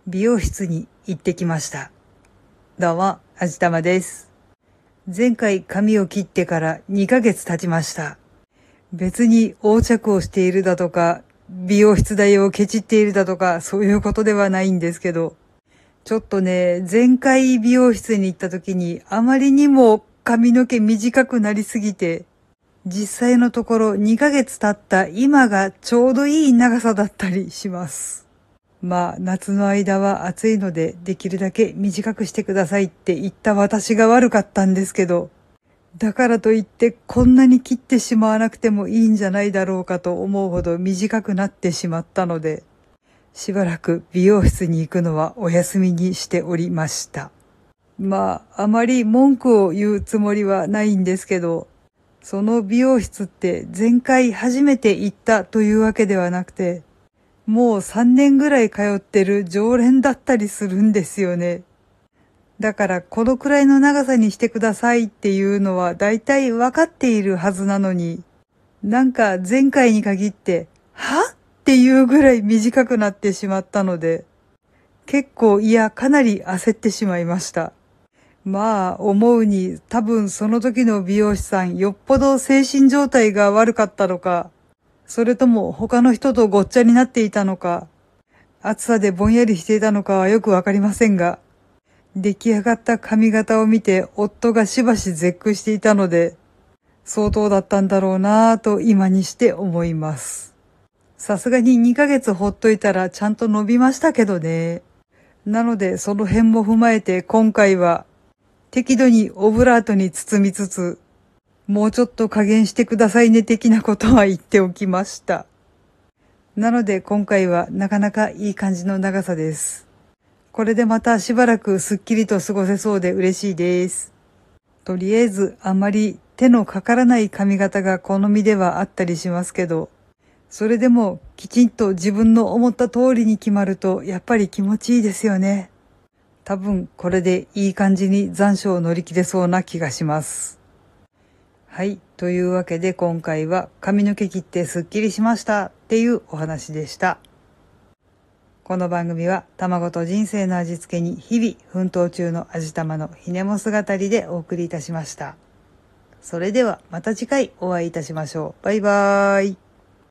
美容室に行ってきました。どうも、あじたまです。前回髪を切ってから2ヶ月経ちました。別に横着をしているだとか、美容室代をケチっているだとか、そういうことではないんですけど、ちょっとね、前回美容室に行った時にあまりにも髪の毛短くなりすぎて、実際のところ2ヶ月経った今がちょうどいい長さだったりします。まあ、夏の間は暑いので、できるだけ短くしてくださいって言った私が悪かったんですけど、だからといってこんなに切ってしまわなくてもいいんじゃないだろうかと思うほど短くなってしまったので、しばらく美容室に行くのはお休みにしておりました。まあ、あまり文句を言うつもりはないんですけど、その美容室って前回初めて行ったというわけではなくて、もう3年ぐらい通ってる常連だったりするんですよね。だからこのくらいの長さにしてくださいっていうのは大体わかっているはずなのに、なんか前回に限って、はっていうぐらい短くなってしまったので、結構かなり焦ってしまいました。まあ思うに多分その時の美容師さんよっぽど精神状態が悪かったのか、それとも他の人とごっちゃになっていたのか、暑さでぼんやりしていたのかはよくわかりませんが、出来上がった髪型を見て夫がしばし絶句していたので、相当だったんだろうなぁと今にして思います。さすがに2ヶ月ほっといたらちゃんと伸びましたけどね。なのでその辺も踏まえて今回は適度にオブラートに包みつつ、もうちょっと加減してくださいね的なことは言っておきました。なので今回はなかなかいい感じの長さです。これでまたしばらくすっきりと過ごせそうで嬉しいです。とりあえずあまり手のかからない髪型が好みではあったりしますけど、それでもきちんと自分の思った通りに決まるとやっぱり気持ちいいですよね。多分これでいい感じに残暑を乗り切れそうな気がします。はい。というわけで今回は髪の毛切ってスッキリしましたっていうお話でした。この番組は卵と人生の味付けに日々奮闘中の味玉のひねも姿りでお送りいたしました。それではまた次回お会いいたしましょう。バイバーイ。